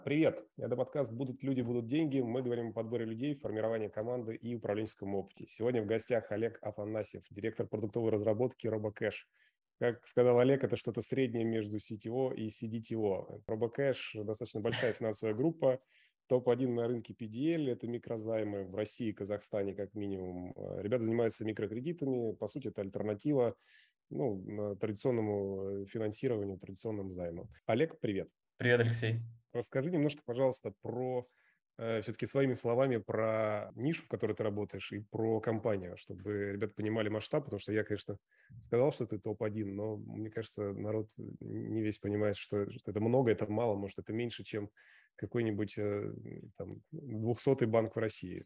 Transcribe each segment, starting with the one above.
Привет! Это подкаст «Будут люди, будут деньги». Мы говорим о подборе людей, формировании команды и управленческом опыте. Сегодня в гостях Олег Афанасьев, директор продуктовой разработки RoboCash. Как сказал Олег, это что-то среднее между CTO и CDTO. RoboCash – достаточно большая финансовая группа, топ-1 на рынке PDL, это микрозаймы в России и Казахстане как минимум. Ребята занимаются микрокредитами, по сути, это альтернатива традиционному финансированию, традиционным займам. Олег, привет! Привет, Алексей. Расскажи немножко, пожалуйста, все-таки своими словами про нишу, в которой ты работаешь, и про компанию, чтобы ребята понимали масштаб, потому что я, конечно, сказал, что ты топ-1, но мне кажется, народ не весь понимает, что это много, это мало, может, это меньше, чем какой-нибудь 200-й банк в России.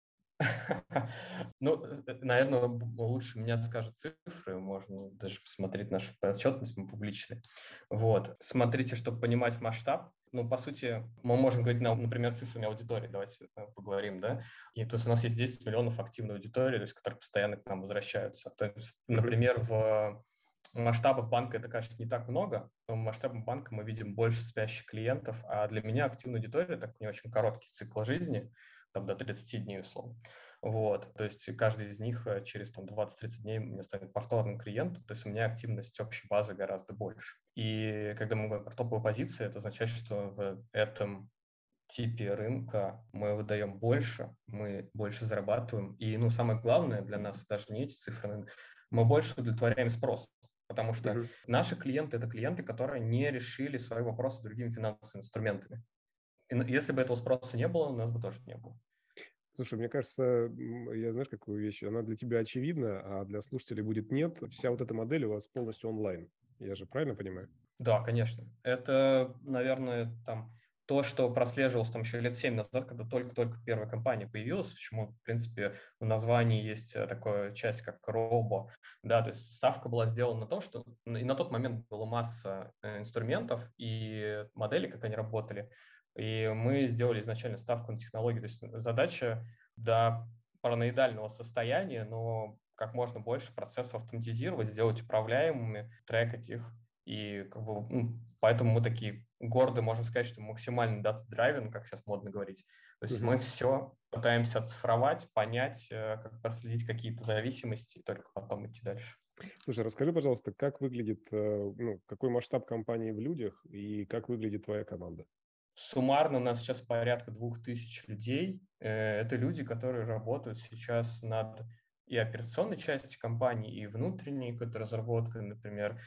Ну, наверное, лучше меня скажут цифры, можно даже посмотреть нашу отчетность, мы публичны. Вот. Смотрите, чтобы понимать масштаб. По сути, мы можем говорить, например, цифрами аудитории, давайте поговорим, да. И то есть у нас есть 10 миллионов активной аудитории, то есть, которые постоянно к нам возвращаются. То есть, например, в масштабах банка это, кажется, не так много, но в масштабах банка мы видим больше спящих клиентов, а для меня активная аудитория, так не очень короткий цикл жизни, там до 30 дней условно. Вот, то есть каждый из них через 20-30 дней мне станет повторным клиентом, то есть у меня активность общей базы гораздо больше. И когда мы говорим про топовые позиции, это означает, что в этом типе рынка мы выдаем больше, мы больше зарабатываем. И, самое главное для нас даже не эти цифры, мы больше удовлетворяем спрос. Потому что наши клиенты – это клиенты, которые не решили свои вопросы другими финансовыми инструментами. И если бы этого спроса не было, у нас бы тоже не было. Слушай, мне кажется, я знаешь, какую вещь? Она для тебя очевидна, а для слушателей будет нет. Вся вот эта модель у вас полностью онлайн. Я же правильно понимаю? Да, конечно. Это, наверное, то, что прослеживалось еще лет 7 назад, когда только-только первая компания появилась, почему, в принципе, в названии есть такая часть, как робо, да, то есть ставка была сделана на том, что и на тот момент была масса инструментов и моделей, как они работали, и мы сделали изначально ставку на технологии, то есть задача до параноидального состояния, но как можно больше процессов автоматизировать, сделать управляемыми, трекать их. И поэтому мы такие гордо можем сказать, что максимально data-driven, как сейчас модно говорить. То есть мы все пытаемся оцифровать, понять, как проследить какие-то зависимости и только потом идти дальше. Слушай, расскажи, пожалуйста, как выглядит, какой масштаб компании в людях и как выглядит твоя команда? Суммарно у нас сейчас порядка 2000 людей. Это люди, которые работают сейчас над и операционной частью компании, и внутренней какой-то разработкой, например.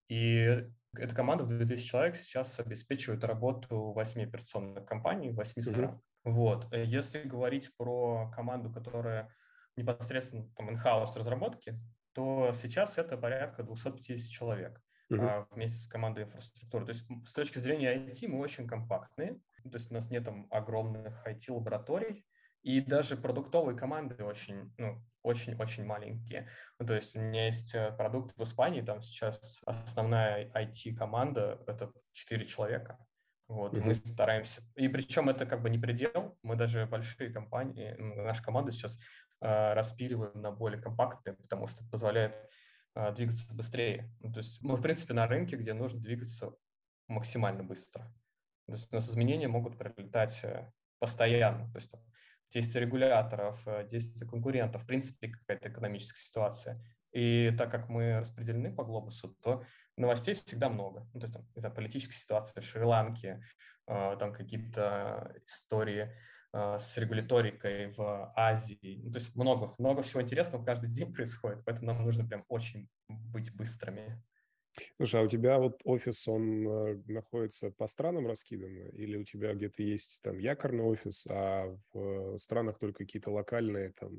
И эта команда в 2000 человек сейчас обеспечивает работу 8 операционных компаний в 8 странах. Вот. Если говорить про команду, которая непосредственно in-house разработки, то сейчас это порядка 250 человек вместе с командой инфраструктуры. То есть с точки зрения IT мы очень компактные, то есть у нас нет огромных IT-лабораторий, и даже продуктовые команды очень-очень маленькие. То есть у меня есть продукт в Испании, там сейчас основная IT-команда – это 4 человека. Вот, мы стараемся. И причем это не предел. Мы даже большие компании, наша команда сейчас распиливаем на более компактные, потому что это позволяет двигаться быстрее. То есть мы, в принципе, на рынке, где нужно двигаться максимально быстро. То есть у нас изменения могут прилетать постоянно. То есть действия регуляторов, действия конкурентов, в принципе, какая-то экономическая ситуация. И так как мы распределены по глобусу, то новостей всегда много. То есть, не знаю, политическая ситуация в Шри-Ланке, там какие-то истории с регуляторикой в Азии. То есть много всего интересного каждый день происходит, поэтому нам нужно прям очень быть быстрыми. Слушай, а у тебя офис, он находится по странам раскидан? Или у тебя где-то есть там якорный офис, а в странах только какие-то локальные там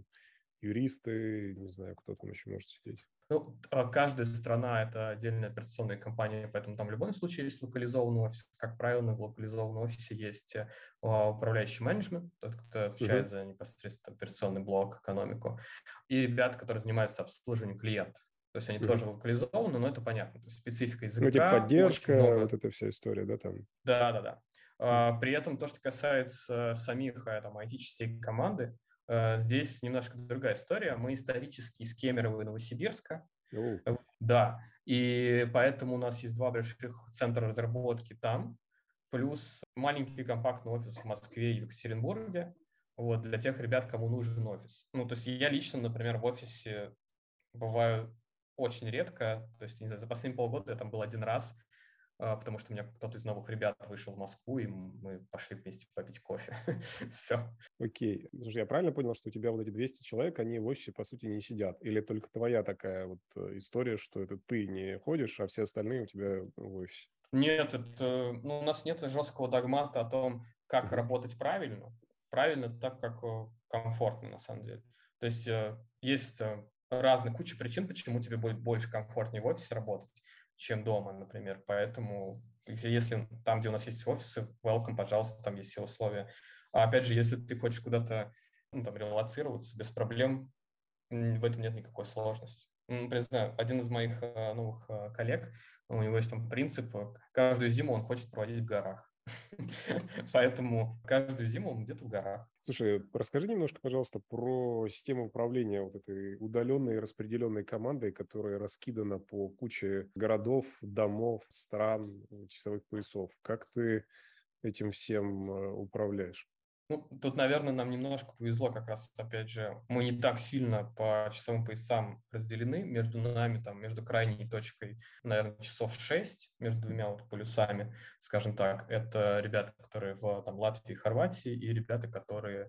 юристы, не знаю, кто там еще может сидеть? Каждая страна – это отдельная операционная компания, поэтому там в любом случае есть локализованный офис. Как правило, в локализованном офисе есть управляющий менеджмент, тот, кто отвечает за непосредственно операционный блок, экономику, и ребята, которые занимаются обслуживанием клиентов. То есть они тоже локализованы, но это понятно. То есть специфика языка, типа поддержка, очень много. вот эта вся история, да, там? Да. При этом то, что касается самих IT-частей команды, здесь немножко другая история. Мы исторически из Кемерово и Новосибирска. Да, и поэтому у нас есть 2 больших центра разработки там. плюс маленький компактный офис в Москве и Екатеринбурге, вот, для тех ребят, кому нужен офис. Ну, то есть я лично, например, в офисе бываю очень редко, то есть, не знаю, за последние полгода я там был один раз, потому что у меня кто-то из новых ребят вышел в Москву, и мы пошли вместе попить кофе. Все. Окей. Слушай, я правильно понял, что у тебя вот эти 200 человек, они в офисе, по сути, не сидят? Или только твоя такая вот история, что это ты не ходишь, а все остальные у тебя в офисе? Нет, у нас нет жесткого догмата о том, как Мгм. работать правильно. Правильно так, как комфортно, на самом деле. То есть есть разные куча причин, почему тебе будет больше комфортнее в офисе работать, чем дома, например. Поэтому, если там, где у нас есть офисы, welcome, пожалуйста, там есть все условия. А опять же, если ты хочешь куда-то там, релоцироваться без проблем, в этом нет никакой сложности. Признаю, один из моих новых коллег, у него есть там принцип, каждую зиму он хочет проводить в горах. Поэтому каждую зиму он где-то в горах. Слушай, расскажи немножко, пожалуйста, про систему управления вот этой удаленной распределенной командой, которая раскидана по куче городов, домов, стран, часовых поясов. Как ты этим всем управляешь? Ну, тут, наверное, нам немножко повезло как раз, опять же, мы не так сильно по часовым поясам разделены между нами, там, между крайней точкой, наверное, часов 6 между двумя вот полюсами, скажем так. Это ребята, которые в там, Латвии и Хорватии, и ребята, которые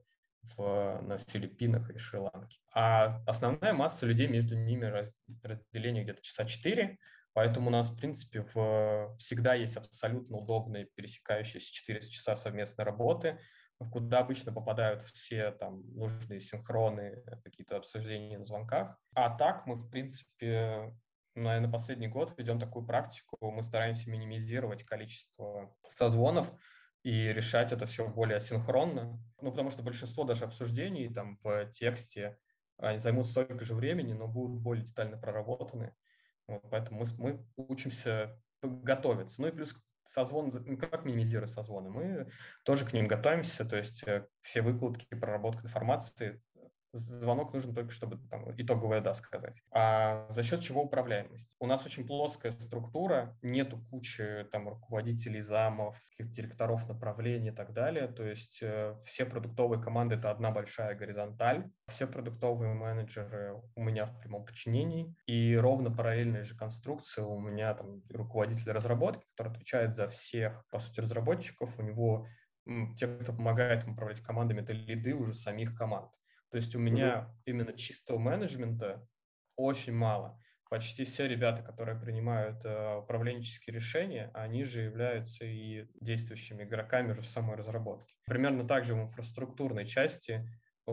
на Филиппинах и Шри-Ланке. А основная масса людей между ними разделение где-то часа 4, поэтому у нас, в принципе, всегда есть абсолютно удобные пересекающиеся 4 часа совместной работы, куда обычно попадают все там нужные синхроны, какие-то обсуждения на звонках. А так мы, в принципе, наверное, последний год ведем такую практику. Мы стараемся минимизировать количество созвонов и решать это все более синхронно. Ну, потому что большинство даже обсуждений там в тексте, они займут столько же времени, но будут более детально проработаны. Вот, поэтому мы учимся готовиться. Ну и плюс созвон, как минимизировать созвоны? Мы тоже к ним готовимся, то есть все выкладки, проработка информации, звонок нужен только, чтобы там итоговое «да» сказать. А за счет чего управляемость? У нас очень плоская структура, нету кучи там руководителей, замов, каких-то директоров направлений и так далее. То есть все продуктовые команды — это одна большая горизонталь. Все продуктовые менеджеры у меня в прямом подчинении. И ровно параллельная же конструкция у меня там руководитель разработки, который отвечает за всех, по сути, разработчиков. У него те, кто помогает им управлять командами, это лиды уже самих команд. То есть у Мгм. меня именно чистого менеджмента очень мало. Почти все ребята, которые принимают управленческие решения, они же являются и действующими игроками уже в самой разработке. Примерно так же в инфраструктурной части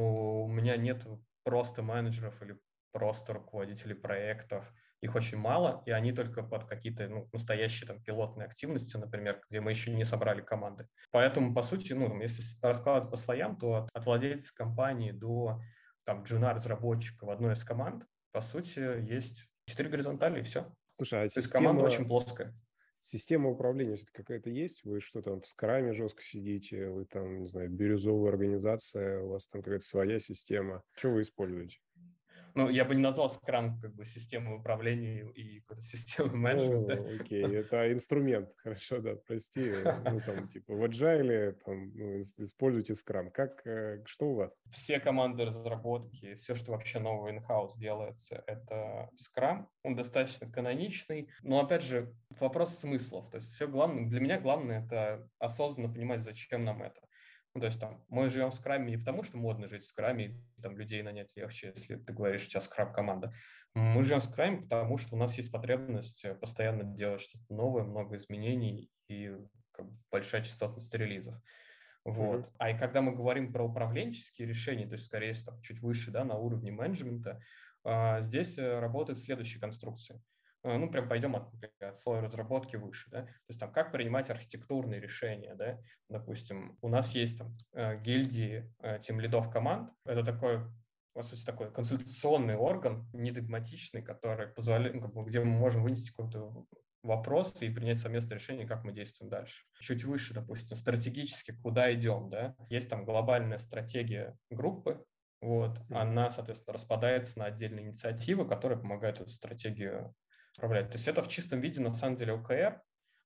у меня нет просто менеджеров или просто руководителей проектов. Их очень мало, и они только под какие-то настоящие там, пилотные активности, например, где мы еще не собрали команды. Поэтому, по сути, если раскладывать по слоям, то от владельца компании до там, джуна-разработчика в одной из команд, по сути, есть 4 горизонтали, и все. Слушай, а То есть команда система, очень плоская. система управления все-таки какая-то есть? Вы что там в скраме жестко сидите? Вы там, не знаю, бирюзовая организация, у вас там какая-то своя система? Что вы используете? Ну, я бы не назвал Scrum как бы системой управления и какой-то системой менеджмента. Ну, окей, это инструмент, хорошо, да, прости. Ну, там, типа, в Agile, там, ну, используйте Scrum. Что у вас? Все команды разработки, все, что вообще нового in-house делается, это Scrum. Он достаточно каноничный. Но, опять же, вопрос смыслов. То есть все главное, для меня главное — это осознанно понимать, зачем нам это. Ну, то есть там, мы живем в скраме не потому, что модно жить в скраме, и там людей нанять легче, если ты говоришь, у тебя скрам-команда. Мы живем в скраме, потому что у нас есть потребность постоянно делать что-то новое, много изменений и как бы, большая частотность релизов. Мгм. Вот. А и когда мы говорим про управленческие решения, то есть, скорее всего, чуть выше, да, на уровне менеджмента, здесь работают следующие конструкции. Ну, прям пойдем от слоя разработки выше, да, то есть там как принимать архитектурные решения, да, допустим, у нас есть там гильдии тимлидов команд, это такой, по сути, такой консультационный орган, недогматичный, который позволяет, где мы можем вынести какой-то вопросы и принять совместное решение, как мы действуем дальше. Чуть выше, допустим, стратегически, куда идем, да, есть там глобальная стратегия группы, вот, Мгм. она, соответственно, распадается на отдельные инициативы, которые помогают эту стратегию управлять. То есть это в чистом виде, на самом деле, ОКР,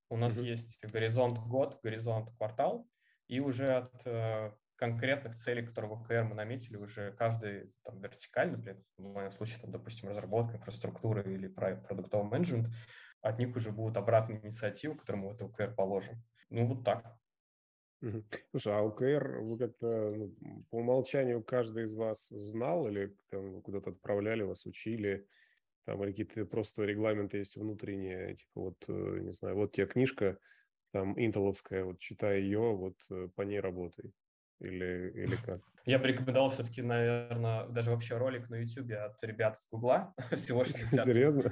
У нас Мгм. есть горизонт год, горизонт квартал, и уже от конкретных целей, которые в ОКР мы наметили, уже каждый там, вертикаль, например, в моем случае, там, допустим, разработка инфраструктуры или продуктовый менеджмент, от них уже будут обратные инициативы, которые мы в это ОКР положим. Ну, вот так. Мгм. Слушай, а ОКР вы как-то по умолчанию каждый из вас знал или там вы куда-то отправляли, вас учили, там или какие-то просто регламенты есть внутренние, типа вот, не знаю, вот тебе книжка там интеловская, вот читай ее, вот по ней работай. Или как? Я бы рекомендовал все-таки, наверное, даже вообще ролик на YouTube от ребят с Гугла, всего 60 минут. Серьезно?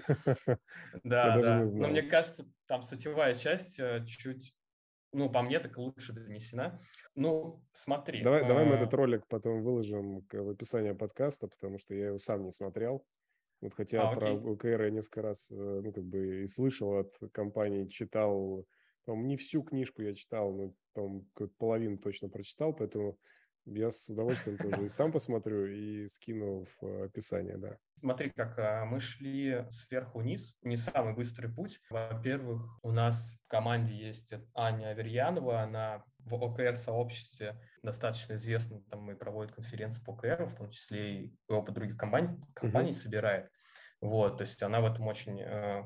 Я Да, даже не да. Но мне знал. кажется, там сетевая часть чуть, ну, по мне, так лучше донесена. Ну, смотри, Давай мы этот ролик потом выложим в описании подкаста, потому что я его сам не смотрел. Вот хотя про окей. ОКР я несколько раз, ну, как бы и слышал от компаний, читал, по-моему, не всю книжку я читал, но, по-моему, какую-то половину точно прочитал, поэтому я с удовольствием тоже и сам посмотрю, и скину в описание, да. Смотри, как мы шли сверху вниз, не самый быстрый путь. Во-первых, у нас в команде есть Аня Аверьянова, она в ОКР-сообществе достаточно известна, там и проводит конференции по ОКР, в том числе и опыт других компаний Мгм. собирает. Вот, то есть она в этом очень,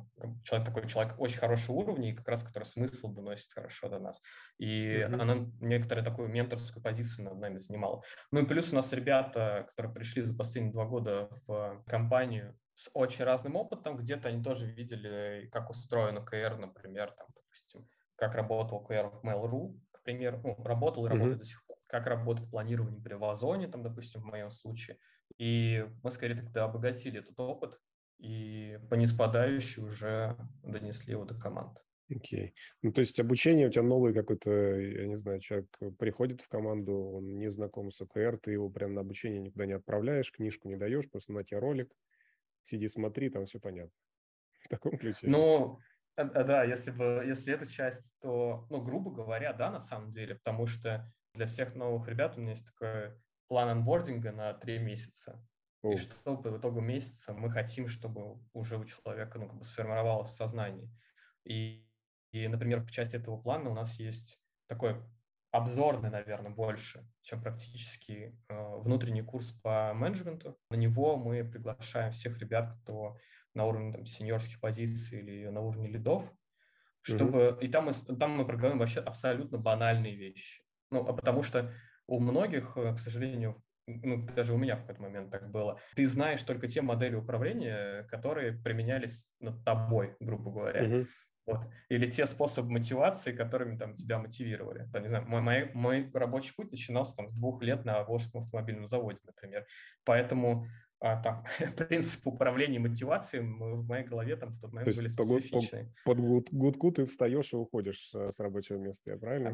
человек очень хорошего уровня, и как раз который смысл доносит хорошо до нас. И Мгм. она некоторую такую менторскую позицию над нами занимала. Ну и плюс у нас ребята, которые пришли за последние 2 года в компанию с очень разным опытом, где-то они тоже видели, как устроен ОКР, например, там, допустим, как работал ОКР в Mail.ru, к примеру, ну, работал и Мгм. работает до сих пор, как работает планирование при Озоне, там, допустим, в моем случае. И мы скорее тогда обогатили этот опыт и по ниспадающей уже донесли его до команд. Окей. Ну, то есть обучение у тебя новый какой-то, я не знаю, человек приходит в команду, он не знаком с ОКР, ты его прям на обучение никуда не отправляешь, книжку не даешь, просто на тебе ролик, сиди, смотри, там все понятно. В таком ключе или? Ну, да, если эта часть, то, ну, грубо говоря, да, на самом деле, потому что для всех новых ребят у меня есть такой план анбординга на 3 месяца. И О, чтобы в итоге месяца мы хотим, чтобы уже у человека, ну, как бы сформировалось сознание. И, например, в части этого плана у нас есть такой обзорный, наверное, больше, чем практически внутренний курс по менеджменту. На него мы приглашаем всех ребят, кто на уровне там, сеньорских позиций или на уровне лидов, мгм, чтобы... И там мы проговорим вообще абсолютно банальные вещи. Ну, а потому что у многих, к сожалению, ну, даже у меня в какой-то момент так было, ты знаешь только те модели управления, которые применялись над тобой, грубо говоря. мгм. Вот. Или те способы мотивации, которыми там, тебя мотивировали. Там, не знаю, мой рабочий путь начинался там, с 2 лет на Волжском автомобильном заводе, например. Поэтому там, принципы управления мотивацией в моей голове там, в тот То момент были есть специфичны. под гудку ты встаешь и уходишь с рабочего места, я правильно?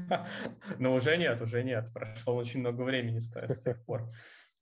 Но уже нет. Прошло очень много времени с тех пор.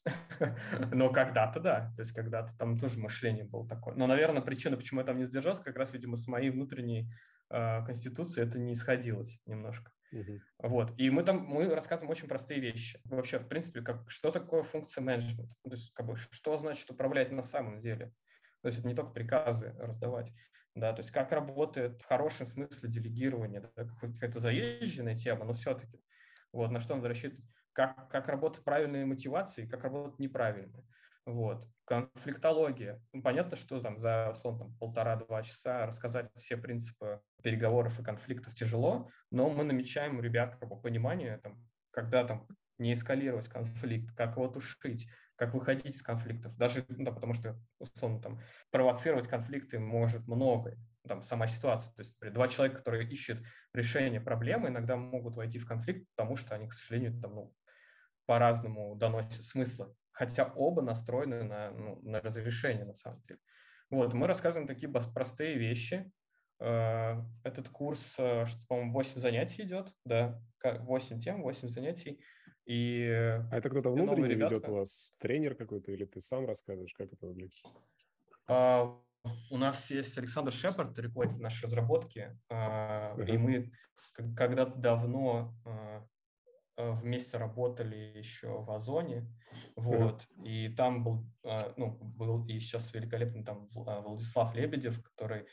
Но когда-то, да. То есть когда-то там тоже мышление было такое. Но, наверное, причина, почему я там не сдержался, как раз, видимо, с моей внутренней конституцией это не сходилось немножко. Мгм, Вот. И мы рассказываем очень простые вещи. Вообще, в принципе, что такое функция менеджмента? Ну, то есть, как бы, что значит управлять на самом деле? То есть это не только приказы раздавать, да, то есть как работает в хорошем смысле делегирование, да, какая-то заезженная тема, но все-таки, вот, на что надо рассчитывать, как работает правильная мотивация и как работает неправильная. Вот. Конфликтология. Ну, понятно, что там за условно, там, 1,5-2 часа рассказать все принципы переговоров и конфликтов тяжело, но мы намечаем у ребят как бы, понимание, там, когда там не эскалировать конфликт, как его тушить, как выходить из конфликтов. Даже, ну, да, потому что, условно, там, провоцировать конфликты может многое. Там, сама ситуация. То есть, например, 2 человека, которые ищут решение проблемы, иногда могут войти в конфликт, потому что они, к сожалению, там, ну, по-разному доносят смыслы, хотя оба настроены на разрешение, на самом деле. Вот, мы рассказываем такие простые вещи. Этот курс, по-моему, 8 занятий идет, да, 8 тем, 8 занятий, и А это кто-то все новые внутренний ведет у ребята. вас, тренер какой-то, или ты сам рассказываешь, как это выглядит? А, У нас есть Александр Шепард, руководитель нашей разработки, и Ага. мы когда-то давно вместе работали еще в Озоне, Ага. вот, и там был и сейчас великолепный там Владислав Лебедев, который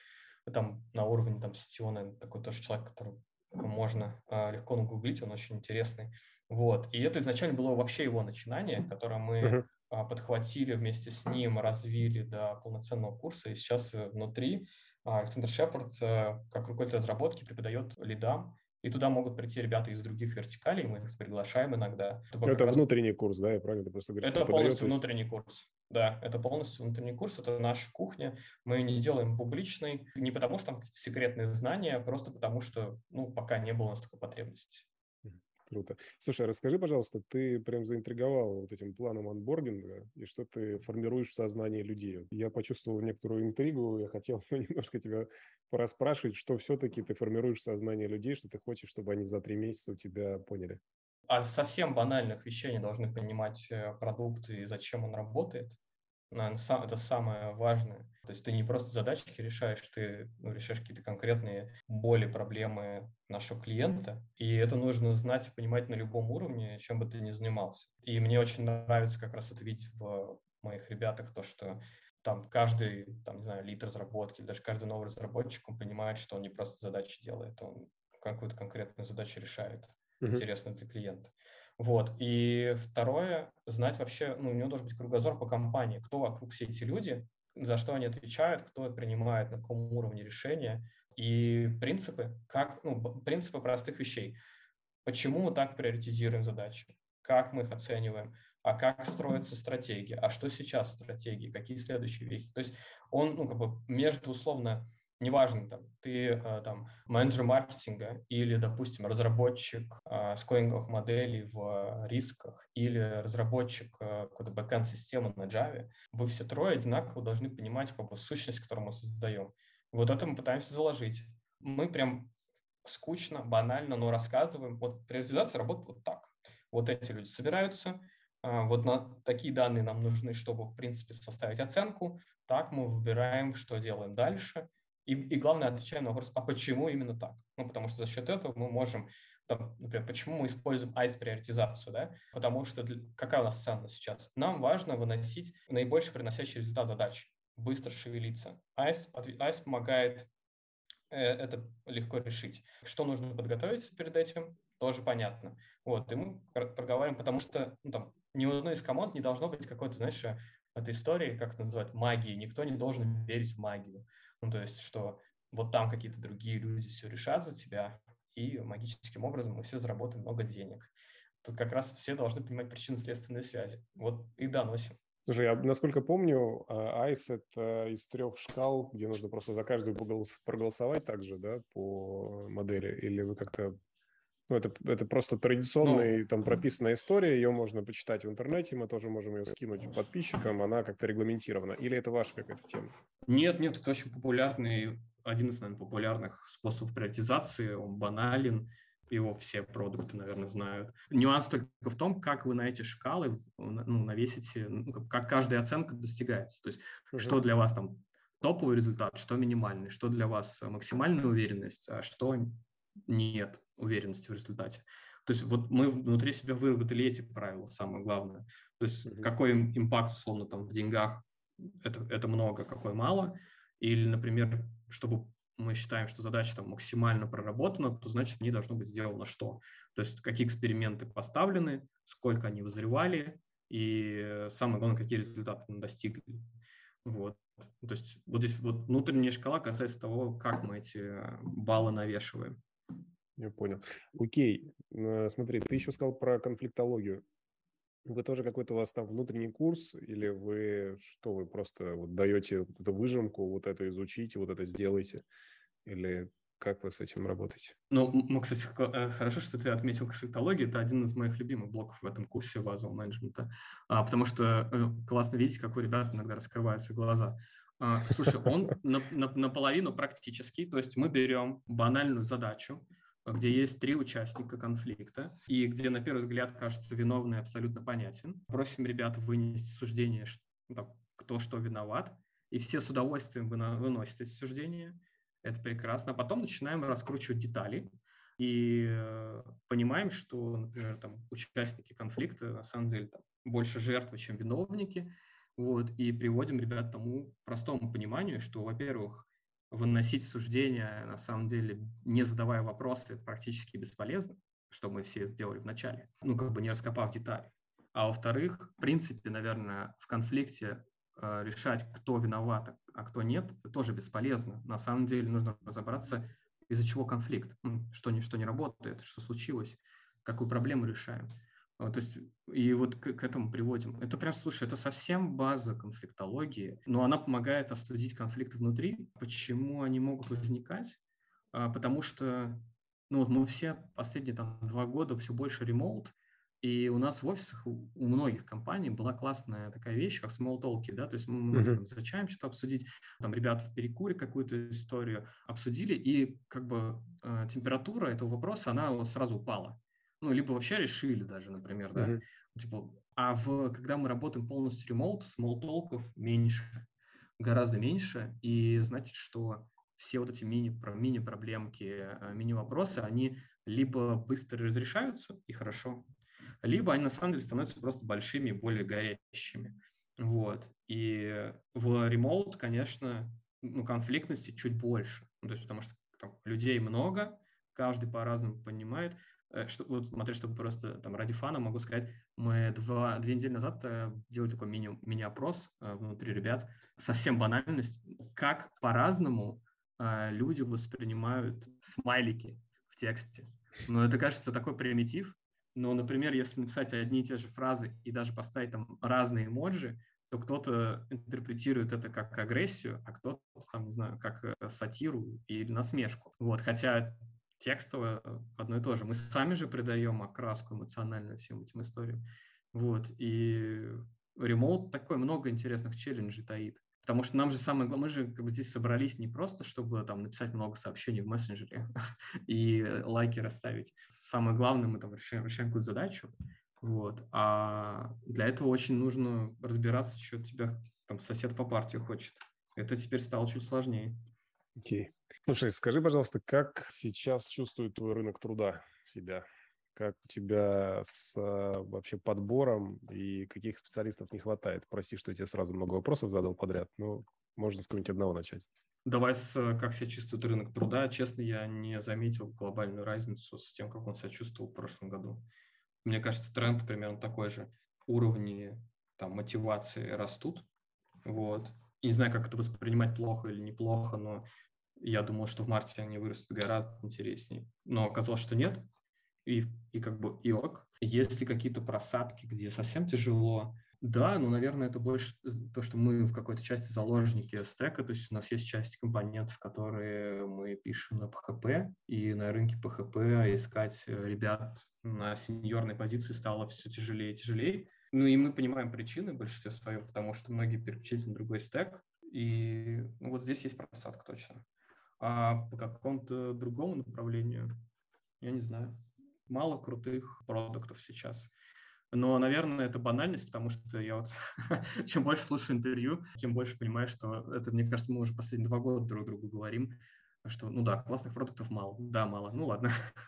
там на уровне там CTO, наверное, такой тоже человек, который можно легко нагуглить, он очень интересный. Вот. И это изначально было вообще его начинание, которое мы подхватили вместе с ним, развили до полноценного курса. И сейчас внутри Александр Шепард, как руководитель разработки, преподает лидам, и туда могут прийти ребята из других вертикалей, мы их приглашаем иногда. Чтобы как Это раз... внутренний курс, да, я правильно? Ты просто говоришь, Это преподает, полностью то есть... внутренний курс. Да, это полностью внутренний курс, это наша кухня. Мы ее не делаем публичной, не потому что там какие-то секретные знания, а просто потому что, ну, пока не было у нас такой потребности. Круто. Слушай, расскажи, пожалуйста, ты прям заинтриговал вот этим планом онбординга и что ты формируешь в сознании людей. Я почувствовал некоторую интригу, я хотел немножко тебя порасспрашивать, что все-таки ты формируешь в сознании людей, что ты хочешь, чтобы они за 3 месяца у тебя поняли. А совсем банальных вещей они должны понимать продукт и зачем он работает. Наверное, это самое важное. То есть ты не просто задачки решаешь, ты решаешь какие-то конкретные боли, проблемы нашего клиента, и это нужно знать и понимать на любом уровне, чем бы ты ни занимался. И мне очень нравится как раз это видеть в моих ребятах, то, что там каждый, там, не знаю, лид разработки, или даже каждый новый разработчик, он понимает, что он не просто задачи делает, он какую-то конкретную задачу решает, интересную для клиента. Вот. И второе, знать вообще, ну, у него должен быть кругозор по компании, кто вокруг все эти люди, за что они отвечают, кто принимает, на каком уровне решения, и принципы, как, ну, принципы простых вещей. Почему мы так приоритизируем задачи? Как мы их оцениваем? А как строится стратегия? А что сейчас стратегии? Какие следующие вехи? То есть он, ну, как бы между условно, неважно, там, ты там менеджер маркетинга или, допустим, разработчик скоринговых моделей в рисках или разработчик какой-то бэкэнд-системы на Java, вы все трое одинаково должны понимать как бы сущность, которую мы создаем. Вот это мы пытаемся заложить. Мы прям скучно, банально, но рассказываем. Вот приоритизация работает вот так. Вот эти люди собираются, вот на такие данные нам нужны, чтобы, в принципе, составить оценку. Так мы выбираем, что делаем дальше. И главное, отвечаем на вопрос, а почему именно так? Ну, потому что за счет этого мы можем, там, например, почему мы используем ICE-приоритизацию, да? Потому что какая у нас ценность сейчас? Нам важно выносить наибольший приносящий результат задачи, быстро шевелиться. ICE помогает это легко решить. Что нужно подготовиться перед этим, тоже понятно. Вот, и мы проговариваем, потому что ну, там, ни у одной из команд не должно быть какой-то, знаешь, этой истории, как это называть, магии. Никто не должен верить в магию. Ну, то есть, что вот там какие-то другие люди все решат за тебя, и магическим образом мы все заработаем много денег. Тут как раз все должны понимать причинно-следственные связи. Вот и доносим. Слушай, я насколько помню, ICE – это из 3 шкал, где нужно просто за каждую проголосовать также, да, по модели, или вы как-то… Ну, это просто Ну, традиционная, там прописанная история, ее можно почитать в интернете, мы тоже можем ее скинуть подписчикам, она как-то регламентирована. Или это ваша какая-то тема? нет, это очень популярный, один из, наверное, популярных способов приоритизации, он банален, его все продукты, наверное, знают. Нюанс только в том, как вы на эти шкалы ну, навесите, ну, как каждая оценка достигается. То есть, что для вас там топовый результат, что минимальный, что для вас максимальная уверенность, а что нет уверенности в результате. То есть вот мы внутри себя выработали эти правила, самое главное. То есть какой импакт, условно, там в деньгах, это много, какой мало. Или, например, чтобы мы считаем, что задача там максимально проработана, то значит в ней должно быть сделано что. То есть какие эксперименты поставлены, сколько они вызревали, и самое главное, какие результаты мы достигли. Вот. То есть вот здесь вот внутренняя шкала касается того, как мы эти баллы навешиваем. Я понял. Окей, смотри, ты еще сказал про конфликтологию. Вы тоже какой-то у вас там внутренний курс, или вы что, вы просто вот даете вот эту выжимку, вот это изучите, вот это сделайте, или как вы с этим работаете? Ну, кстати, хорошо, что ты отметил конфликтологию. Это один из моих любимых блоков в этом курсе базового менеджмента, потому что классно видеть, как у ребят иногда раскрываются глаза. Слушай, он наполовину практический, то есть мы берем банальную задачу, где есть 3 участника конфликта, и где, на первый взгляд, кажется виновный абсолютно понятен. Просим ребят вынести суждение, кто что виноват, и все с удовольствием выносят эти суждения. Это прекрасно. А потом начинаем раскручивать детали и понимаем, что, например, там, участники конфликта на самом деле там, больше жертвы, чем виновники. Вот, и приводим ребят к тому простому пониманию, что, во-первых, выносить суждения, на самом деле, не задавая вопросы, практически бесполезно, что мы все сделали в начале, ну, как бы не раскопав детали. А во-вторых, в принципе, наверное, в конфликте решать, кто виноват, а кто нет, это тоже бесполезно. На самом деле нужно разобраться, из-за чего конфликт, что не работает, что случилось, какую проблему решаем. То есть, и вот к этому приводим. Это прям, слушай, это совсем база конфликтологии, но она помогает остудить конфликты внутри. Почему они могут возникать? Потому что, ну вот мы все последние там 2 года все больше ремоут, и у нас в офисах у многих компаний была классная такая вещь, как смолл-толки, да, то есть мы могли там за чаем что-то обсудить, там ребята в перекуре какую-то историю обсудили, и как бы температура этого вопроса, она вот сразу упала. Ну, либо вообще решили даже, например, да, типа, когда мы работаем полностью ремоут, смолл-толков меньше, гораздо меньше, и значит, что все вот эти мини-проблемки, мини-вопросы, они либо быстро разрешаются, и хорошо, либо они на самом деле становятся просто большими и более горящими. Вот. И в ремоут, конечно, ну, конфликтности чуть больше. Ну, то есть, потому что там, людей много, каждый по-разному понимает. Вот смотри, чтобы просто там ради фана могу сказать, мы 2 недели назад делали такой мини-опрос внутри ребят. Совсем банальность. Как по-разному люди воспринимают смайлики в тексте. Ну, это, кажется, такой примитив. Но, например, если написать одни и те же фразы и даже поставить там разные эмоджи, то кто-то интерпретирует это как агрессию, а кто-то, там, не знаю, как сатиру или насмешку. Вот, хотя текстово одно и то же. Мы сами же придаем окраску эмоциональную всем этим историям. Вот, и ремоут такой много интересных челленджей таит. Потому что нам же самое главное, мы же как бы здесь собрались не просто, чтобы там написать много сообщений в мессенджере и лайки расставить. Самое главное, мы там решаем какую-то задачу, вот. А для этого очень нужно разбираться, что тебя там сосед по партии хочет. Это теперь стало чуть сложнее. Окей. Слушай, скажи, пожалуйста, как сейчас чувствует твой рынок труда себя? Как у тебя с вообще подбором и каких специалистов не хватает? Прости, что я тебе сразу много вопросов задал подряд, но можно с кого-нибудь одного начать. Давай как себя чувствует рынок труда. Честно, я не заметил глобальную разницу с тем, как он себя чувствовал в прошлом году. Мне кажется, тренд примерно такой же. Уровни там, мотивации растут. Вот. И не знаю, как это воспринимать плохо или неплохо, но я думал, что в марте они вырастут гораздо интереснее. Но оказалось, что нет. И как бы и ок. Есть ли какие-то просадки, где совсем тяжело? Да, но, наверное, это больше то, что мы в какой-то части заложники стека, то есть у нас есть часть компонентов, которые мы пишем на PHP, и на рынке PHP искать ребят на сеньорной позиции стало все тяжелее и тяжелее. Ну и мы понимаем причины в большинстве своем, потому что многие переключились на другой стек, и ну, вот здесь есть просадка точно. А по какому-то другому направлению, я не знаю. Мало крутых продуктов сейчас. Но, наверное, это банальность, потому что я вот чем больше слушаю интервью, тем больше понимаю, что это, мне кажется, мы уже последние 2 года друг другу говорим, что, ну да, классных продуктов мало. Да, мало. Ну ладно.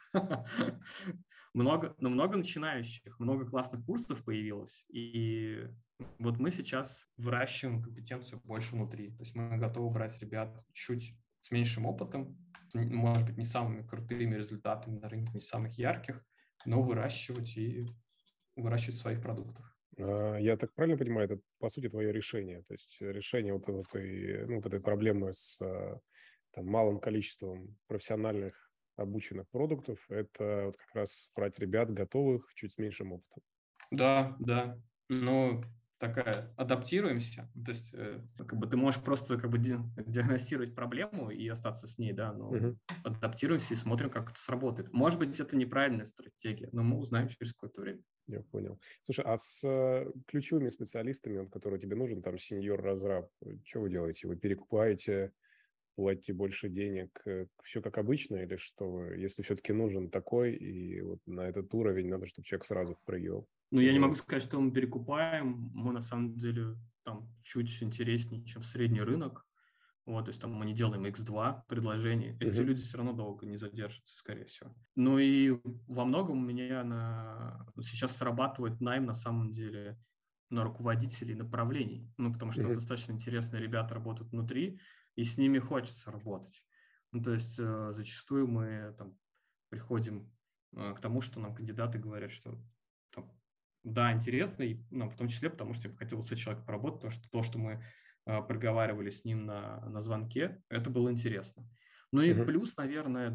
Но много начинающих, много классных курсов появилось. И вот мы сейчас выращиваем компетенцию больше внутри. То есть мы готовы брать ребят чуть с меньшим опытом, может быть, не самыми крутыми результатами на рынке, не самых ярких, но выращивать своих продуктов. Я так правильно понимаю, это, по сути, твое решение? То есть решение вот этой проблемы с там, малым количеством профессиональных обученных продуктов – это вот как раз брать ребят готовых, чуть с меньшим опытом. Да, да. Но такая, адаптируемся. То есть как бы ты можешь просто как бы диагностировать проблему и остаться с ней, да, но адаптируемся и смотрим, как это сработает. Может быть, это неправильная стратегия, но мы узнаем через какое-то время. Я понял. Слушай, а с ключевыми специалистами, которые тебе нужен, там, сеньор-разраб, что вы делаете? Вы перекупаете, платите больше денег, все как обычно, или что вы, если все-таки нужен такой, и вот на этот уровень надо, чтобы человек сразу впрыгивал? Ну, я не могу сказать, что мы перекупаем. Мы, на самом деле, там чуть интереснее, чем средний рынок. Вот, то есть там мы не делаем X2 предложений. Эти люди все равно долго не задержатся, скорее всего. Ну и во многом у меня сейчас срабатывает найм, на самом деле, на руководителей направлений. Ну, потому что достаточно интересные ребята работают внутри. и с ними хочется работать. Ну, то есть зачастую мы там приходим к тому, что нам кандидаты говорят, что там, да, интересно, и нам в том числе, потому что я бы хотел с этим человеком поработать, потому что то, что мы проговаривали с ним на звонке, это было интересно. Ну и плюс, наверное,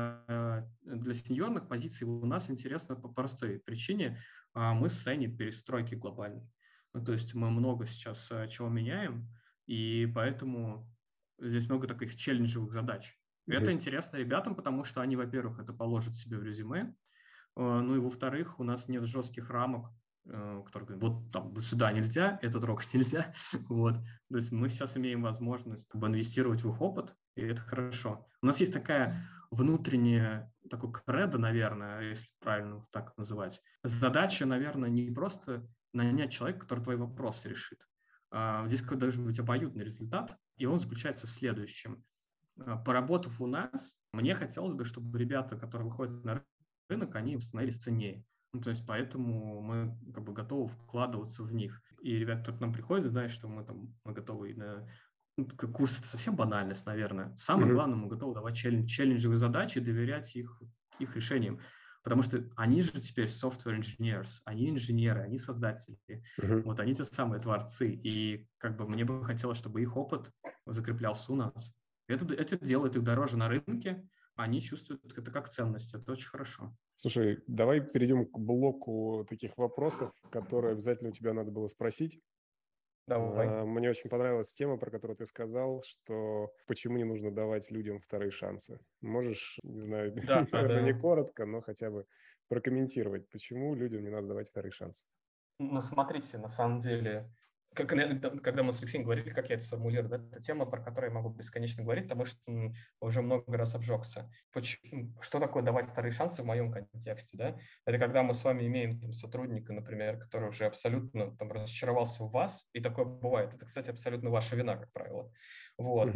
для сеньорных позиций у нас интересно по простой причине. Мы в состоянии перестройки глобальной. Ну, то есть мы много сейчас чего меняем, и поэтому здесь много таких челленджевых задач. Это интересно ребятам, потому что они, во-первых, это положат себе в резюме, ну и во-вторых, у нас нет жестких рамок, которые говорят, вот там вот сюда нельзя, это трогать нельзя. Вот. То есть мы сейчас имеем возможность инвестировать в их опыт, и это хорошо. У нас есть такая внутренняя, такой кредо, наверное, если правильно так называть. Задача, наверное, не просто нанять человека, который твои вопросы решит. Здесь должен быть обоюдный результат, и он заключается в следующем. Поработав у нас, мне хотелось бы, чтобы ребята, которые выходят на рынок, они становились ценнее. Ну, то есть поэтому мы как бы готовы вкладываться в них. И ребята, которые к нам приходят, знают, что мы готовы на курс, это совсем банальность, наверное. Самое главное, мы готовы давать челленджевые задачи и доверять их решениям. Потому что они же теперь software engineers, они инженеры, они создатели. Вот они те самые творцы. И как бы мне бы хотелось, чтобы их опыт закреплялся у нас. Это делает их дороже на рынке, они чувствуют это как ценность. Это очень хорошо. Слушай, давай перейдем к блоку таких вопросов, которые обязательно у тебя надо было спросить. Давай. Мне очень понравилась тема, про которую ты сказал, что почему не нужно давать людям вторые шансы. Можешь, не знаю, Да, наверное, не да. коротко, но хотя бы прокомментировать, почему людям не надо давать вторые шансы. Ну, смотрите, на самом деле, когда мы с Алексеем говорили, как я это сформулирую, да, это тема, про которую я могу бесконечно говорить, потому что уже много раз обжегся. Что такое давать вторые шансы в моем контексте? Да? Это когда мы с вами имеем там, сотрудника, например, который уже абсолютно там, разочаровался в вас, и такое бывает. Это, кстати, абсолютно ваша вина, как правило. Вот.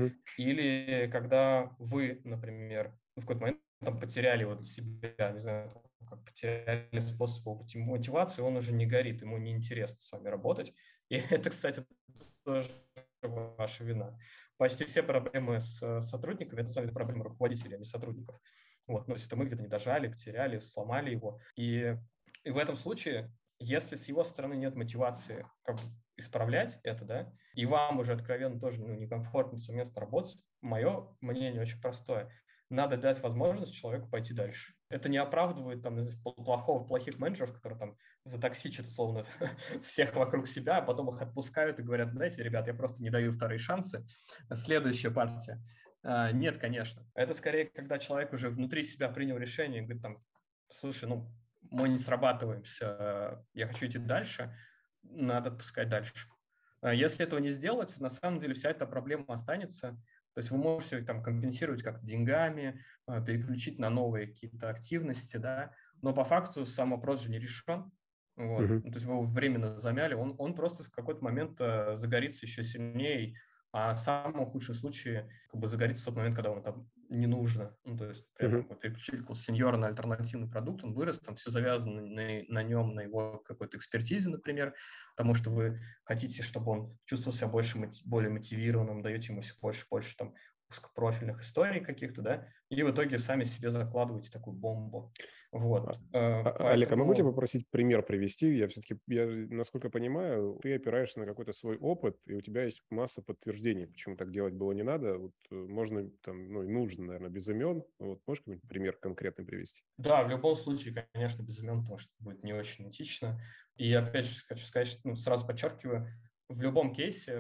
Или когда вы, например, в какой-то момент там потеряли его для себя, не знаю, как потеряли способ мотивации, он уже не горит, ему неинтересно с вами работать. И это, кстати, тоже ваша вина. Почти все проблемы с сотрудниками – это, на самом деле, проблемы руководителей, а не сотрудников. Вот. Но если это мы где-то не дожали, потеряли, сломали его. И в этом случае, если с его стороны нет мотивации как бы исправлять это, да, и вам уже откровенно тоже некомфортно совместно работать, мое мнение очень простое. Надо дать возможность человеку пойти дальше. Это не оправдывает там, плохих менеджеров, которые там затоксичат, условно, всех вокруг себя, а потом их отпускают и говорят, знаете, ребят, я просто не даю вторые шансы. Следующая партия. Нет, конечно. Это скорее, когда человек уже внутри себя принял решение и говорит там, слушай, ну, мы не срабатываемся, я хочу идти дальше, надо отпускать дальше. Если этого не сделать, на самом деле вся эта проблема останется. То есть вы можете там компенсировать как-то деньгами, переключить на новые какие-то активности, да, но по факту сам вопрос же не решен. Вот. То есть вы его временно замяли, он просто в какой-то момент загорится еще сильнее, а в самом худшем случае как бы загорится в тот момент, когда он там не нужно. Ну, то есть при этом вы переключили сеньора на альтернативный продукт, он вырос, там все завязано на нем, на его какой-то экспертизе, например, потому что вы хотите, чтобы он чувствовал себя более мотивированным, даете ему все больше и больше там узкопрофильных историй каких-то, да, и в итоге сами себе закладываете такую бомбу. Вот. Олег, а могу тебя попросить пример привести? Я все-таки, насколько понимаю, ты опираешься на какой-то свой опыт, и у тебя есть масса подтверждений, почему так делать было не надо. Вот можно, там, ну, и нужно, наверное, без имен. Вот можешь какой-нибудь пример конкретный привести? Да, в любом случае, конечно, без имен, потому что будет не очень этично. И опять же хочу сказать, что сразу подчеркиваю, в любом кейсе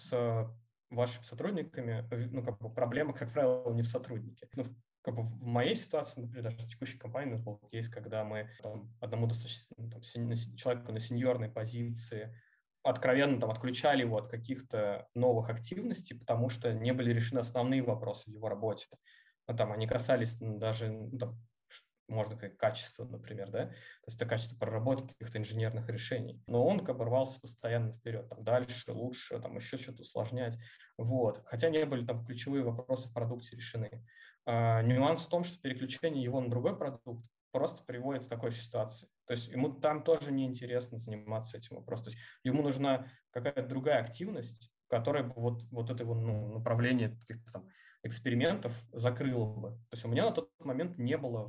с вашими сотрудниками, ну, как бы проблема, как правило, не в сотруднике. Ну, как бы в моей ситуации, например, даже в текущей компании у нас был кейс, когда мы там, одному достаточно там, человеку на сеньорной позиции откровенно там, отключали его от каких-то новых активностей, потому что не были решены основные вопросы в его работе. Там они касались даже там, можно сказать, качество, например, да, то есть это качество проработки каких-то инженерных решений. Но он как бы рвался постоянно вперед, там дальше, лучше, там еще что-то усложнять, вот. Хотя не были там ключевые вопросы в продукте решены. Нюанс в том, что переключение его на другой продукт просто приводит к такой ситуации. То есть ему там тоже неинтересно заниматься этим вопросом. То есть ему нужна какая-то другая активность, которое бы вот это направление каких-то там экспериментов закрыло бы. То есть у меня на тот момент не было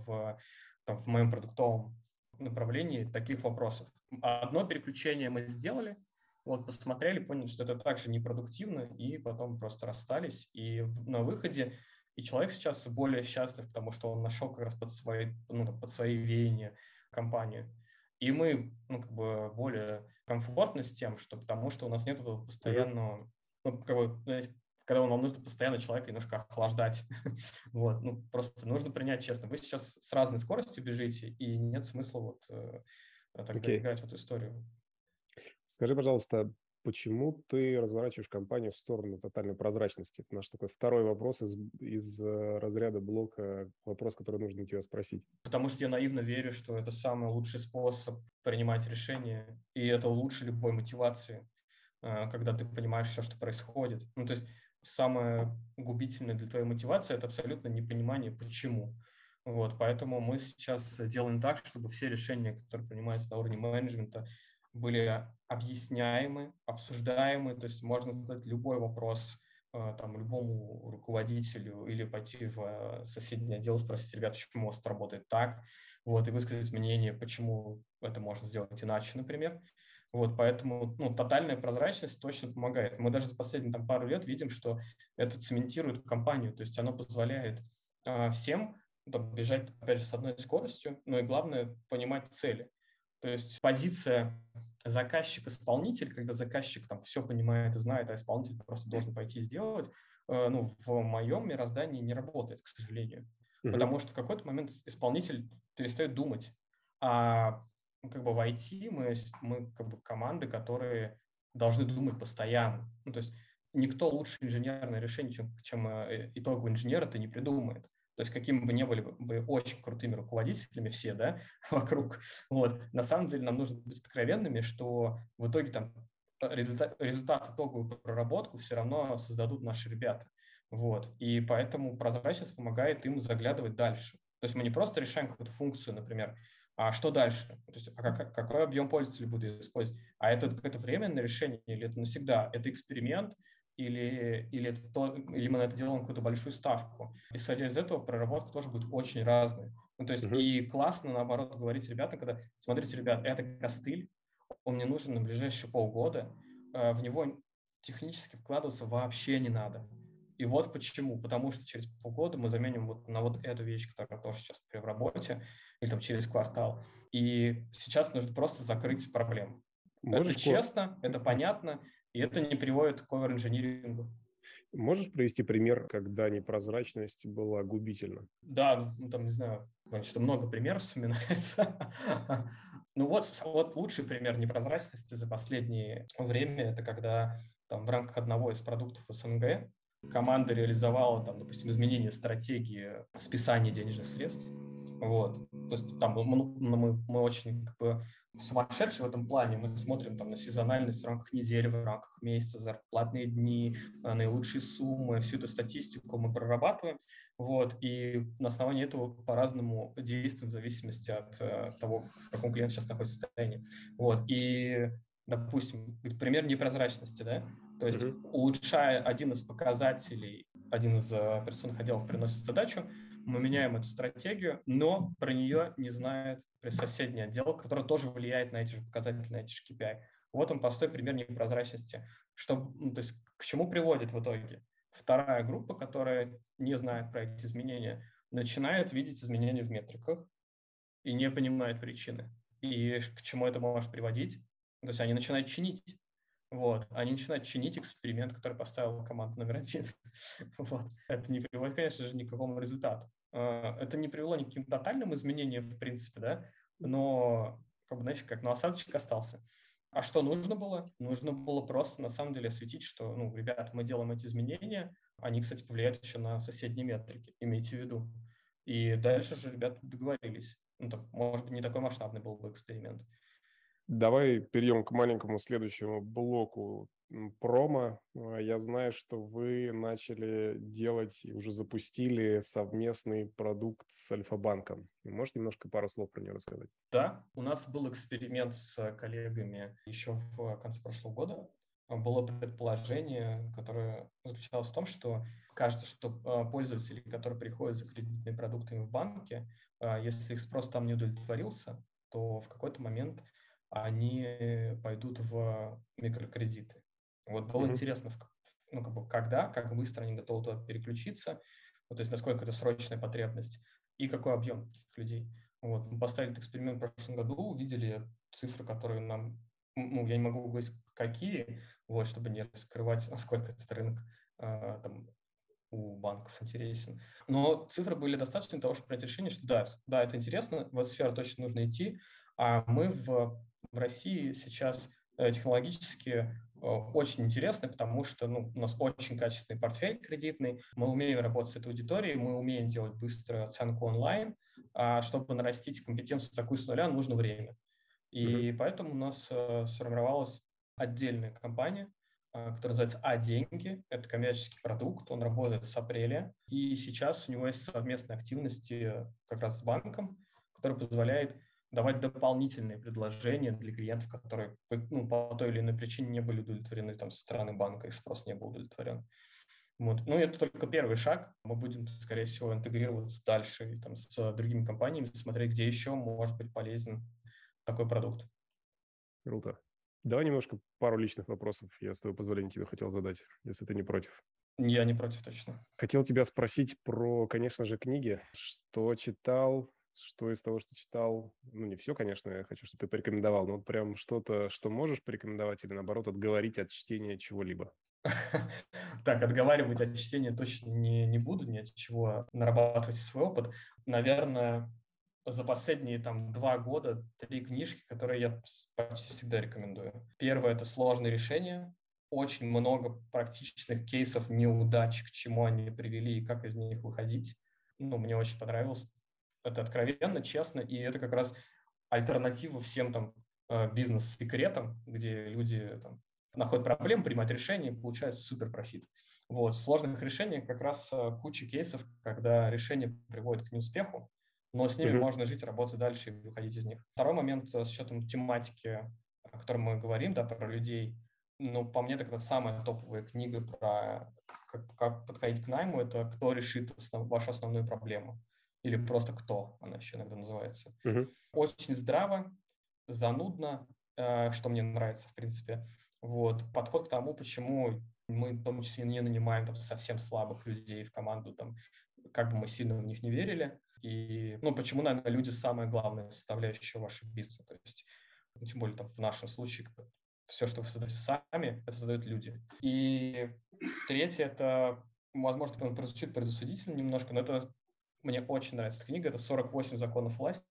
в моем продуктовом направлении таких вопросов. Одно переключение мы сделали, вот посмотрели, поняли, что это также непродуктивно, и потом просто расстались. И на выходе и человек сейчас более счастлив, потому что он нашел как раз под свои веяния компанию. И мы более комфортны с тем, что потому что у нас нет этого постоянного, знаете, когда вам нужно постоянно человека немножко охлаждать. Вот, просто нужно принять честно. Вы сейчас с разной скоростью бежите, и нет смысла тогда Окей. играть в эту историю. Скажи, пожалуйста, почему ты разворачиваешь компанию в сторону тотальной прозрачности? Это наш такой второй вопрос из разряда блока, вопрос, который нужно у тебя спросить. Потому что я наивно верю, что это самый лучший способ принимать решения, и это лучше любой мотивации, когда ты понимаешь все, что происходит. То есть самое губительное для твоей мотивации – это абсолютно непонимание, почему. Вот, поэтому мы сейчас делаем так, чтобы все решения, которые принимаются на уровне менеджмента, были объясняемы, обсуждаемы, то есть можно задать любой вопрос любому руководителю или пойти в соседний отдел, спросить, ребят, почему у вас это работает так, вот, и высказать мнение, почему это можно сделать иначе, например. Вот, поэтому тотальная прозрачность точно помогает. Мы даже за последние пару лет видим, что это цементирует компанию, то есть оно позволяет всем бежать, опять же, с одной скоростью, но и главное понимать цели. То есть позиция заказчик-исполнитель, когда заказчик все понимает и знает, а исполнитель просто должен пойти и сделать, в моем мироздании не работает, к сожалению. Потому что в какой-то момент исполнитель перестает думать. А в IT мы команды, которые должны думать постоянно. То есть никто лучше инженерное решение, чем итоговый инженер, это не придумает. То есть какими бы ни были бы очень крутыми руководителями все, да, вокруг, вот, на самом деле нам нужно быть откровенными, что в итоге результат итоговую проработку все равно создадут наши ребята. Вот, и поэтому прозрачность помогает им заглядывать дальше. То есть мы не просто решаем какую-то функцию, например, а что дальше? То есть, какой объем пользователей будет использовать? А это какое-то временное решение или это навсегда? Это эксперимент, или мы на это делаем какую-то большую ставку. Исходя из этого, проработка тоже будет очень разной. То есть и классно, наоборот, говорить ребятам, когда, смотрите, ребят, это костыль, он мне нужен на ближайшие полгода, в него технически вкладываться вообще не надо. И вот почему. Потому что через полгода мы заменим на эту вещь, которая тоже сейчас в работе, или через квартал. И сейчас нужно просто закрыть проблему. Это честно, это понятно, и это не приводит к овер-инжинирингу. Можешь привести пример, когда непрозрачность была губительна? Да, не знаю, что много примеров вспоминается. Вот лучший пример непрозрачности за последнее время – это когда в рамках одного из продуктов СНГ команда реализовала, допустим, изменение стратегии списания денежных средств. Вот. То есть мы очень сумасшедшие в этом плане. Мы смотрим на сезональность в рамках недели, в рамках месяца, зарплатные дни, наилучшие суммы, всю эту статистику мы прорабатываем. Вот, и на основании этого по-разному действуем в зависимости от того, в каком клиент сейчас находится состоянии. Вот, и, допустим, пример непрозрачности, да, то есть улучшая один из показателей, один из операционных отделов приносит задачу, мы меняем эту стратегию, но про нее не знает соседний отдел, который тоже влияет на эти же показатели, на эти же KPI. Вот он простой пример непрозрачности. То есть к чему приводит в итоге? Вторая группа, которая не знает про эти изменения, начинает видеть изменения в метриках и не понимает причины. И к чему это может приводить? То есть они начинают чинить. Вот. Они начинают чинить эксперимент, который поставила команда номер 1. Вот. Это не приводит, конечно же, ни к какому результату. Это не привело ни к каким тотальным изменениям, в принципе, да, но, знаете, но осадочек остался. А что нужно было? Нужно было просто, на самом деле, осветить, что, ребят, мы делаем эти изменения, они, кстати, повлияют еще на соседние метрики, имейте в виду. И дальше же ребята договорились. Может быть, не такой масштабный был бы эксперимент. Давай перейдем к маленькому следующему блоку промо. Я знаю, что вы начали делать и уже запустили совместный продукт с Альфа-банком. Можешь немножко пару слов про него рассказать? Да, у нас был эксперимент с коллегами еще в конце прошлого года. было предположение, которое заключалось в том, что кажется, что пользователи, которые приходят за кредитными продуктами в банке, если их спрос там не удовлетворился, то в какой-то момент они пойдут в микрокредиты. Вот было Мгм. интересно, ну, когда, как быстро они готовы туда переключиться, вот, то есть насколько это срочная потребность и какой объем таких людей. Вот. Мы поставили этот эксперимент в прошлом году, увидели цифры, которые нам, ну, я не могу говорить, какие, вот, чтобы не раскрывать, насколько этот рынок там, у банков интересен. Но цифры были достаточно для того, чтобы принять решение, что да, это интересно, в эту сферу точно нужно идти, а мы в России сейчас технологически очень интересны, потому что у нас очень качественный портфель кредитный, мы умеем работать с этой аудиторией, мы умеем делать быструю оценку онлайн, а чтобы нарастить компетенцию такую с нуля, нужно время. Мгм. И поэтому у нас сформировалась отдельная компания, которая называется «А-деньги». Это коммерческий продукт, он работает с апреля. И сейчас у него есть совместные активности как раз с банком, который позволяет давать дополнительные предложения для клиентов, которые по той или иной причине не были удовлетворены там, со стороны банка, их спрос не был удовлетворен. Вот. Ну, это только первый шаг. Мы будем, скорее всего, интегрироваться дальше и, там, с другими компаниями, смотреть, где еще может быть полезен такой продукт. Круто. Давай немножко пару личных вопросов я, с твоего позволения, тебе хотел задать, если ты не против. Я не против точно. Хотел тебя спросить про, конечно же, книги. Что читал, что из того, что читал, ну, не все, конечно, я хочу, чтобы ты порекомендовал, но вот прям что-то, что можешь порекомендовать или, наоборот, отговорить от чтения чего-либо. Так, отговаривать от чтения точно не буду, ни от чего нарабатывать свой опыт. Наверное, за последние 2 года 3 книжки, которые я почти всегда рекомендую. Первое – это «Сложные решения». Очень много практичных кейсов неудач, к чему они привели и как из них выходить. Мне очень понравилось. Это откровенно, честно, и это как раз альтернатива всем бизнес-секретам, где люди находят проблему, принимают решения, и получается супер профит. Вот. В сложных решениях как раз куча кейсов, когда решение приводит к неуспеху, но с ними Мгм. можно жить, работать дальше и выходить из них. Второй момент с учетом тематики, о которой мы говорим, да, про людей. По мне, так это самая топовая книга про как подходить к найму. Это «Кто решит вашу основную проблему?» Или просто «Кто?» она еще иногда называется. Мгм. Очень здраво, занудно, что мне нравится, в принципе. Вот. Подход к тому, почему мы, в том числе, не нанимаем совсем слабых людей в команду, как бы мы сильно в них не верили. И, почему, наверное, люди самая главная составляющая вашего бизнеса. То есть, тем более в нашем случае, все, что вы создаете сами, это создают люди. И третье, это, возможно, прозвучит предосудительно немножко, но это мне очень нравится эта книга, это «48 законов власти».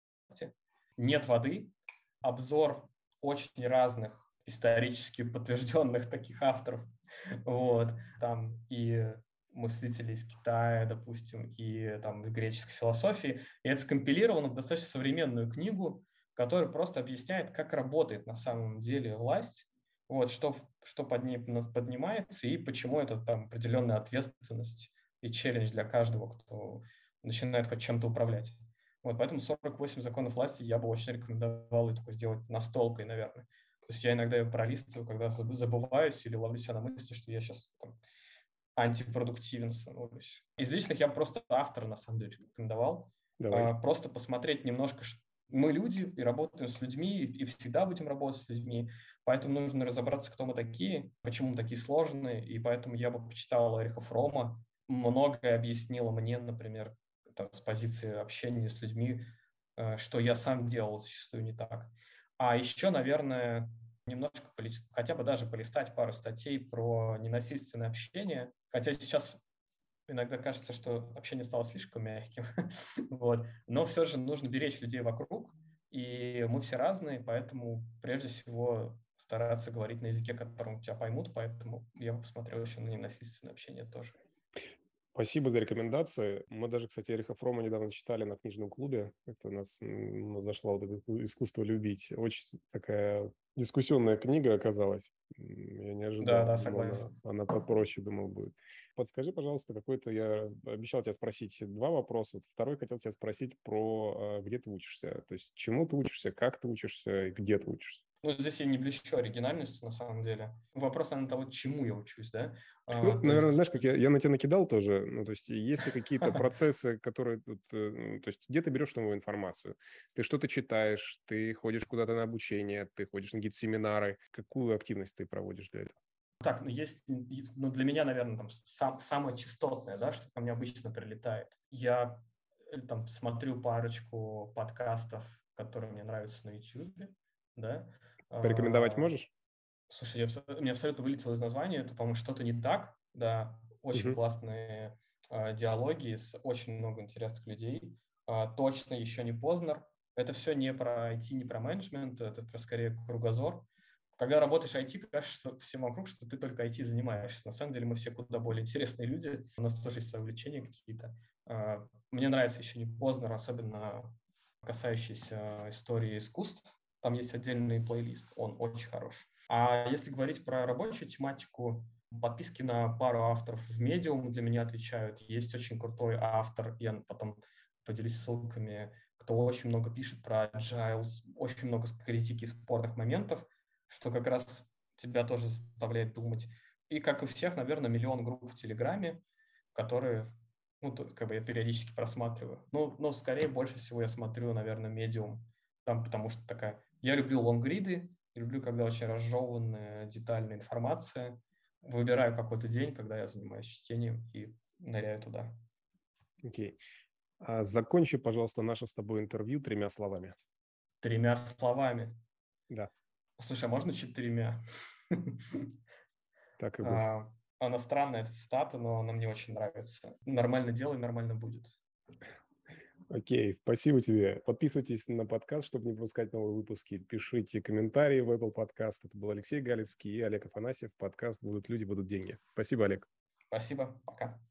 Нет воды, обзор очень разных исторически подтвержденных таких авторов. Вот. Там и мыслители из Китая, допустим, и из греческой философии. И это скомпилировано в достаточно современную книгу, которая просто объясняет, как работает на самом деле власть, вот, что под ней поднимается и почему это определенная ответственность и челлендж для каждого, кто начинает хоть чем-то управлять. Вот, поэтому 48 законов власти я бы очень рекомендовал и такое сделать настолкой, наверное. То есть я иногда ее пролистываю, когда забываюсь или ловлю себя на мысли, что я сейчас антипродуктивен становлюсь. Из личных я просто автора, на самом деле, рекомендовал. Давай. Просто посмотреть немножко. Мы люди и работаем с людьми, и всегда будем работать с людьми, поэтому нужно разобраться, кто мы такие, почему мы такие сложные, и поэтому я бы почитал Эриха Фрома. Многое объяснило мне, например, с позиции общения с людьми, что я сам делал зачастую не так. А еще, наверное, немножко хотя бы даже полистать пару статей про ненасильственное общение. Хотя сейчас иногда кажется, что общение стало слишком мягким. Вот. Но все же нужно беречь людей вокруг. И мы все разные, поэтому прежде всего стараться говорить на языке, которым тебя поймут. Поэтому я бы посмотрел еще на ненасильственное общение тоже. Спасибо за рекомендации. Мы даже, кстати, Эриха Фрома недавно читали на книжном клубе. Как-то у нас зашло вот это «Искусство любить». Очень такая дискуссионная книга оказалась. Я не ожидал. Да, Думал, согласен. она попроще, думал, будет. Подскажи, пожалуйста, какой-то, я обещал тебя спросить два вопроса. Вот второй хотел тебя спросить про где ты учишься. То есть чему ты учишься, как ты учишься и где ты учишься. Ну, здесь я не блещу оригинальностью, на самом деле. Вопрос, наверное, того, чему я учусь, да? Ну, То наверное, есть, знаешь, как я на тебя накидал тоже, ну, то есть есть ли какие-то процессы, которые тут, то есть где ты берешь новую информацию? Ты что-то читаешь, ты ходишь куда-то на обучение, ты ходишь на какие-то семинары. Какую активность ты проводишь для этого? так, ну, есть, ну, для меня, наверное, там самое частотное, да, что ко мне обычно прилетает. Я там смотрю парочку подкастов, которые мне нравятся на YouTube, да. Порекомендовать А, можешь? Слушай, мне абсолютно вылетело из названия, это, по-моему, что-то не так, да, очень Мгм. классные диалоги с очень много интересных людей. Точно еще не Познер. Это все не про IT, не про менеджмент, это про скорее кругозор. Когда работаешь IT, кажется что всем вокруг, что ты только IT занимаешься. На самом деле мы все куда более интересные люди, у нас тоже есть свои увлечения какие-то. Мне нравится еще не Познер, особенно касающийся истории искусств. Там есть отдельный плейлист, он очень хорош. А если говорить про рабочую тематику, подписки на пару авторов в Medium для меня отвечают. Есть очень крутой автор, я потом поделюсь ссылками, кто очень много пишет про agile, очень много критики спорных моментов, что как раз тебя тоже заставляет думать. И, как и всех, наверное, миллион групп в Телеграме, которые, ну, как бы я периодически просматриваю. Ну, но скорее больше всего я смотрю, наверное, Medium, там, потому что такая... Я люблю лонгриды, люблю, когда очень разжеванная, детальная информация. Выбираю какой-то день, когда я занимаюсь чтением и ныряю туда. Окей. Закончи, пожалуйста, наше с тобой интервью 3 словами. 3 словами. Да, Слушай, а можно 4? так и быть. Она странная, эта цитата, но она мне очень нравится. Нормально делай, нормально будет. Окей, спасибо тебе. Подписывайтесь на подкаст, чтобы не пропускать новые выпуски. Пишите комментарии в Apple Podcast. Это был Алексей Галицкий и Олег Афанасьев. Подкаст «Будут люди, будут деньги». Спасибо, Олег. Спасибо, пока.